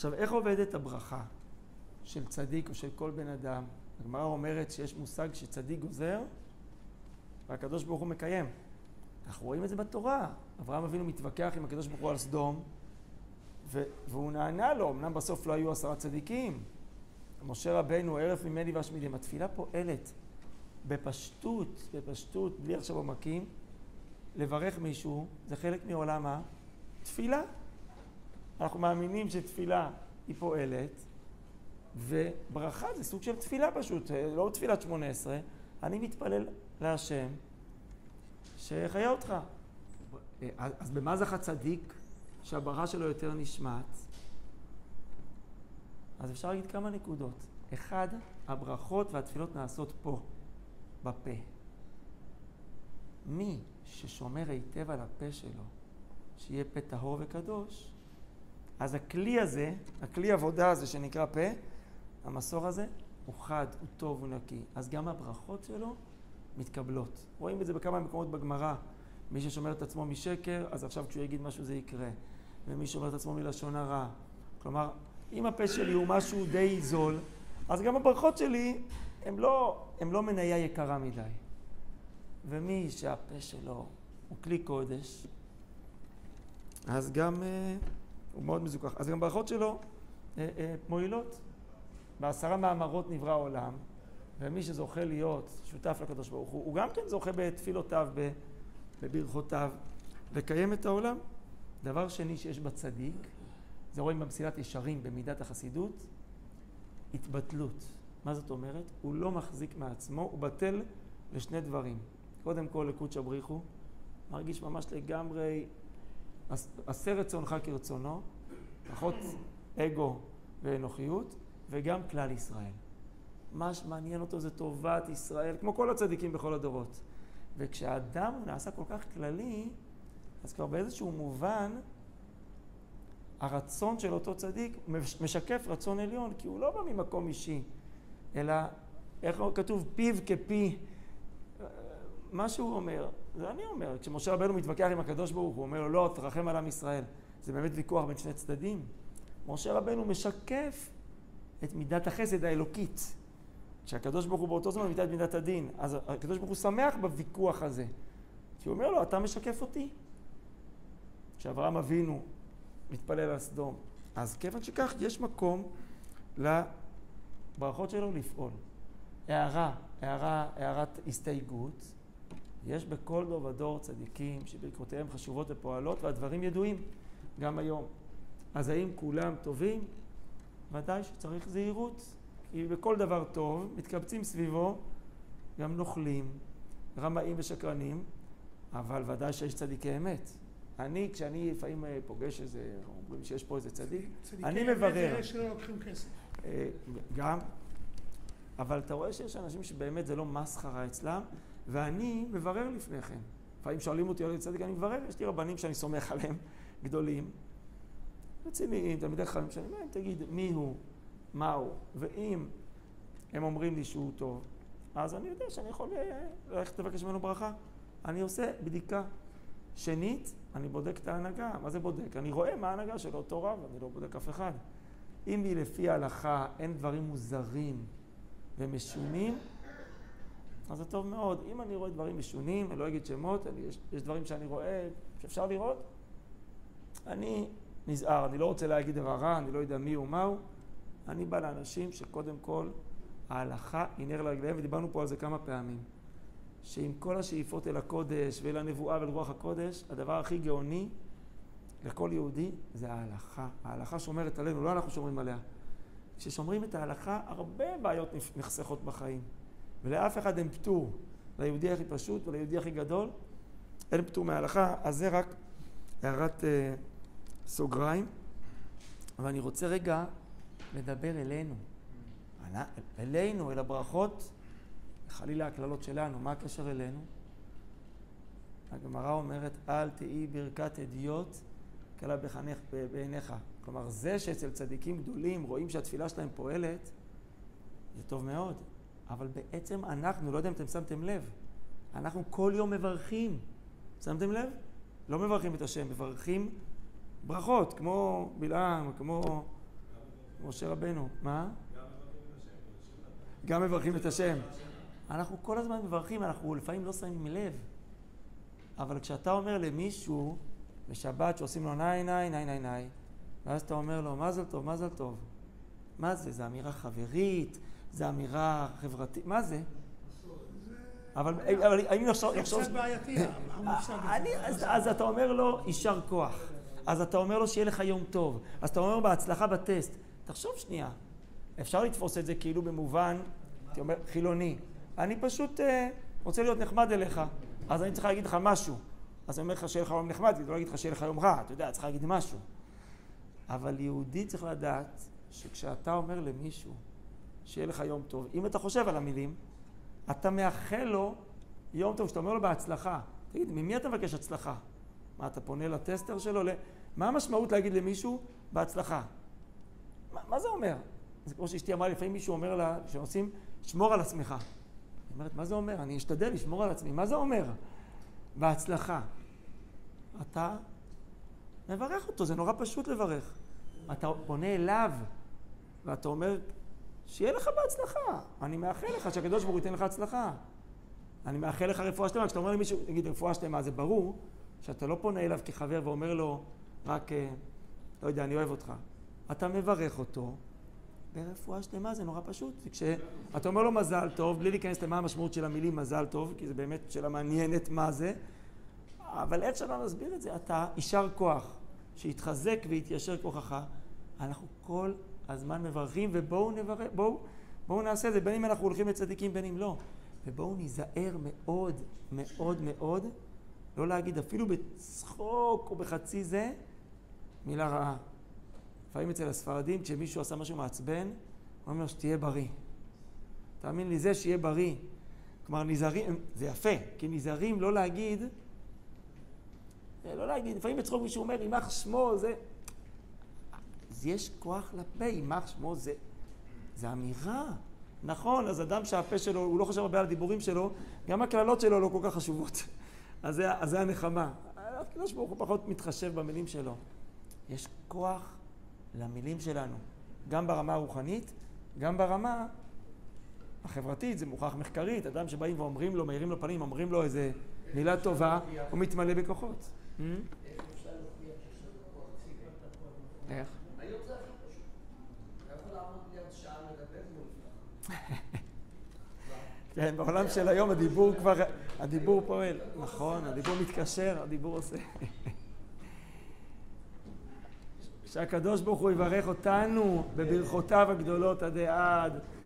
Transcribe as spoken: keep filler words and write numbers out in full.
עכשיו, איך עובדת הברכה של צדיק או של כל בן אדם? הגמרא אומרת שיש מושג שצדיק גוזר, והקדוש ברוך הוא מקיים. אנחנו רואים את זה בתורה. אברהם אבינו מתווכח עם הקדוש ברוך הוא על סדום, ו- והוא נענה לו, אמנם בסוף לא היו עשרה צדיקים. משה רבנו, ערף ממני והשמידים. התפילה פועלת בפשטות, בפשטות, בלי עכשיו עומקים, לברך מישהו, זה חלק מעולם התפילה. אנחנו מאמינים שתפילה היא פועלת, וברכה זה סוג של תפילה פשוט, לא תפילת שמונה עשרה. אני מתפלל להשם שיחיה אותך. אז במה זכה צדיק שהברכה שלו יותר נשמעת? אז אפשר להגיד כמה נקודות. אחד, הברכות והתפילות נעשות פה, בפה. מי ששומר היטב על הפה שלו, שיהיה פה טהור וקדוש, אז הכלי הזה, הכלי עבודה הזה שנקרא פה, המסור הזה, הוא חד, הוא טוב, הוא נקי. אז גם הברכות שלו מתקבלות. רואים את זה בכמה מקומות בגמרא. מי ששומר את עצמו משקר, אז עכשיו כשהוא יגיד משהו זה יקרה. ומי ששומר את עצמו מלשון הרע. כלומר, אם הפה שלי הוא משהו די זול, אז גם הברכות שלי הם לא, הם לא מניה יקרה מדי. ומי שהפה שלו הוא כלי קודש, אז גם אה, הוא מאוד מזוכח. אז גם ברכות שלו אה, אה, מועילות. בעשרה מאמרות נברא העולם, ומי שזוכה להיות שותף לקדוש ברוך הוא, הוא גם כן זוכה בתפילותיו, בברכותיו, לקיים את העולם. דבר שני שיש בצדיק, זה רואים במסילת ישרים, במידת החסידות, התבטלות. מה זאת אומרת? הוא לא מחזיק מעצמו, הוא בטל לשני דברים. קודם כל, לקודש הבריחו, מרגיש ממש לגמרי, עשה רצונך כרצונו, פחות אגו ואנוכיות, וגם כלל ישראל. מה שמעניין אותו זה טובת ישראל, כמו כל הצדיקים בכל הדורות. וכשהאדם נעשה כל כך כללי, אז כבר באיזשהו מובן, הרצון של אותו צדיק משקף רצון עליון, כי הוא לא בא ממקום אישי, אלא, איך כתוב, פיו כפי, מה שהוא אומר, זה אני אומר, כשמשה רבנו מתווכח עם הקדוש ברוך הוא, אומר לו, לא, תרחם על עם ישראל. זה באמת ויכוח בין שני צדדים. משה רבנו משקף את מידת החסד האלוקית. כשהקדוש ברוך הוא באותו זמן מידת מידת הדין, אז הקדוש ברוך הוא שמח בוויכוח הזה. כי הוא אומר לו, אתה משקף אותי. כשאברהם אבינו מתפלל על סדום. אז כיוון שכך, יש מקום לברכות שלו לפעול. הערה, הערה, הערת הסתייגות. יש בכל דור ודור צדיקים שברכותיהם חשובות ופועלות, והדברים ידועים גם היום. אז האם כולם טובים? ודאי שצריך זהירות. כי בכל דבר טוב מתקבצים סביבו גם נוכלים, רמאים ושקרנים, אבל ודאי שיש צדיקי אמת. אני, כשאני לפעמים פוגש איזה, אומרים שיש פה איזה צדיק, אני מברר. צדיקי אמת זה שלא לוקחים כסף. גם, אבל אתה רואה שיש אנשים שבאמת זה לא מסחרה אצלם, ואני מברר לפני כן. לפעמים שואלים אותי על צדיק, אני מברר, יש לי רבנים שאני סומך עליהם, גדולים, רציניים, תלמידי חכמים, שאני אומר, תגיד מי הוא, מה הוא, ואם הם אומרים לי שהוא טוב, אז אני יודע שאני יכול ללכת לבקש ממנו ברכה. אני עושה בדיקה. שנית, אני בודק את ההנהגה. מה זה בודק? אני רואה מה ההנהגה של אותו רב, אני לא בודק אף אחד. אם היא לפי ההלכה אין דברים מוזרים ומשונים, אז זה טוב מאוד. אם אני רואה דברים משונים, אני לא אגיד שמות, אני, יש, יש דברים שאני רואה שאפשר לראות, אני נזהר, אני לא רוצה להגיד דבר רע, אני לא יודע מי הוא מהו. אני בא לאנשים שקודם כל ההלכה היא נר לרגליהם, ודיברנו פה על זה כמה פעמים. שעם כל השאיפות אל הקודש ואל הנבואה ואל רוח הקודש, הדבר הכי גאוני לכל יהודי זה ההלכה. ההלכה שומרת עלינו, לא אנחנו שומרים עליה. כששומרים את ההלכה, הרבה בעיות נחסכות בחיים. ולאף אחד אין פטור. ליהודי הכי פשוט וליהודי הכי גדול, אין פטור מההלכה. אז זה רק הערת אה, סוגריים. אבל אני רוצה רגע לדבר אלינו. אלינו, אל הברכות, חלילה הכללות שלנו. מה הקשר אלינו? הגמרא אומרת, אל תהי ברכת הדיוט קלה בחנך בעיניך. כלומר, זה שאצל צדיקים גדולים רואים שהתפילה שלהם פועלת, זה טוב מאוד. אבל בעצם אנחנו, לא יודע אם אתם שמתם לב, אנחנו כל יום מברכים. שמתם לב? לא מברכים את השם, מברכים ברכות, כמו בלעם, כמו משה רבנו. מה? גם מברכים את השם. אנחנו כל הזמן מברכים, אנחנו לפעמים לא שמים לב. אבל כשאתה אומר למישהו בשבת שעושים לו ניי ניי ניי ניי ניי, ואז אתה אומר לו מזל טוב, מזל טוב. מה זה? זה אמירה חברית? זה אמירה חברתית? מה זה? אבל אני לחשוב... זה קצת בעייתי, המושג הזה. אז אתה אומר לו יישר כוח. אז אתה אומר לו שיהיה לך יום טוב. אז אתה אומר בהצלחה בטסט. תחשוב שנייה. אפשר לתפוס את זה כאילו במובן, אתה אומר, חילוני. אני פשוט רוצה להיות נחמד אליך. אז אני צריך להגיד לך משהו. אז אני אומר לך שיהיה לך יום נחמד, אני לא אגיד לך שיהיה לך יום רע. אתה יודע, צריך להגיד משהו. אבל יהודי צריך לדעת שכשאתה אומר למישהו שיהיה לך יום טוב, אם אתה חושב על המילים, אתה מאחל לו יום טוב, שאתה אומר לו בהצלחה. תגיד, ממי אתה מבקש הצלחה? מה, אתה פונה לטסטר שלו? מה המשמעות להגיד למישהו בהצלחה? מה, מה זה אומר? זה כמו שאשתי אמרה, לפעמים מישהו אומר לה, שעושים, שמור על עצמך. היא אומרת, מה זה אומר? אני אשתדל לשמור על עצמי. מה זה אומר? בהצלחה. אתה מברך אותו, זה נורא פשוט לברך. אתה פונה אליו, ואתה אומר, שיהיה לך בהצלחה. אני מאחל לך שהקדוש ברוך הוא ייתן לך הצלחה. אני מאחל לך רפואה שלמה. כשאתה אומר למישהו, נגיד רפואה שלמה, זה ברור שאתה לא פונה אליו כחבר ואומר לו, רק, לא יודע, אני אוהב אותך. אתה מברך אותו, ברפואה שלמה זה נורא פשוט. כשאתה אומר לו מזל טוב, בלי להיכנס למה המשמעות של המילים מזל טוב, כי זה באמת שאלה מעניינת מה זה, אבל איך שלא נסביר את זה, אתה יישר כוח, שיתחזק ויתיישר כוחך. אנחנו כל הזמן מברכים, ובואו נברך, בואו, בואו נעשה את זה, בין אם אנחנו הולכים לצדיקים, בין אם לא. ובואו ניזהר מאוד, מאוד, מאוד, לא להגיד אפילו בצחוק או בחצי זה, מילה רעה. לפעמים אצל הספרדים, כשמישהו עשה משהו מעצבן, הוא אומר לו שתהיה בריא. תאמין לי, זה שיהיה בריא. כלומר, נזהרים, זה יפה, כי נזהרים לא להגיד, לא להגיד, לפעמים בצחוק מישהו אומר, יימח שמו, זה... אז יש כוח לפה, יימח שמו, זה... זה אמירה. נכון, אז אדם שהפה שלו, הוא לא חושב הרבה על הדיבורים שלו, גם הכללות שלו לא כל כך חשובות. אז זה, אז זה הנחמה. הקדוש ברוך הוא פחות מתחשב במילים שלו. יש כוח למילים שלנו, גם ברמה הרוחנית, גם ברמה החברתית, זה מוכח מחקרית, אדם שבאים ואומרים לו, מאירים לו פנים, אומרים לו איזה מילה טובה, הוא מתמלא בכוחות. איך אפשר להוכיח שיש לנו כוח ציבורי? איך? היום זה הכי פשוט. אתה יכול לעמוד ליד שעה לדבר מולך. כן, בעולם של היום הדיבור כבר, הדיבור פועל. נכון, הדיבור מתקשר, הדיבור עושה. שהקדוש ברוך הוא יברך אותנו בברכותיו הגדולות עד עד.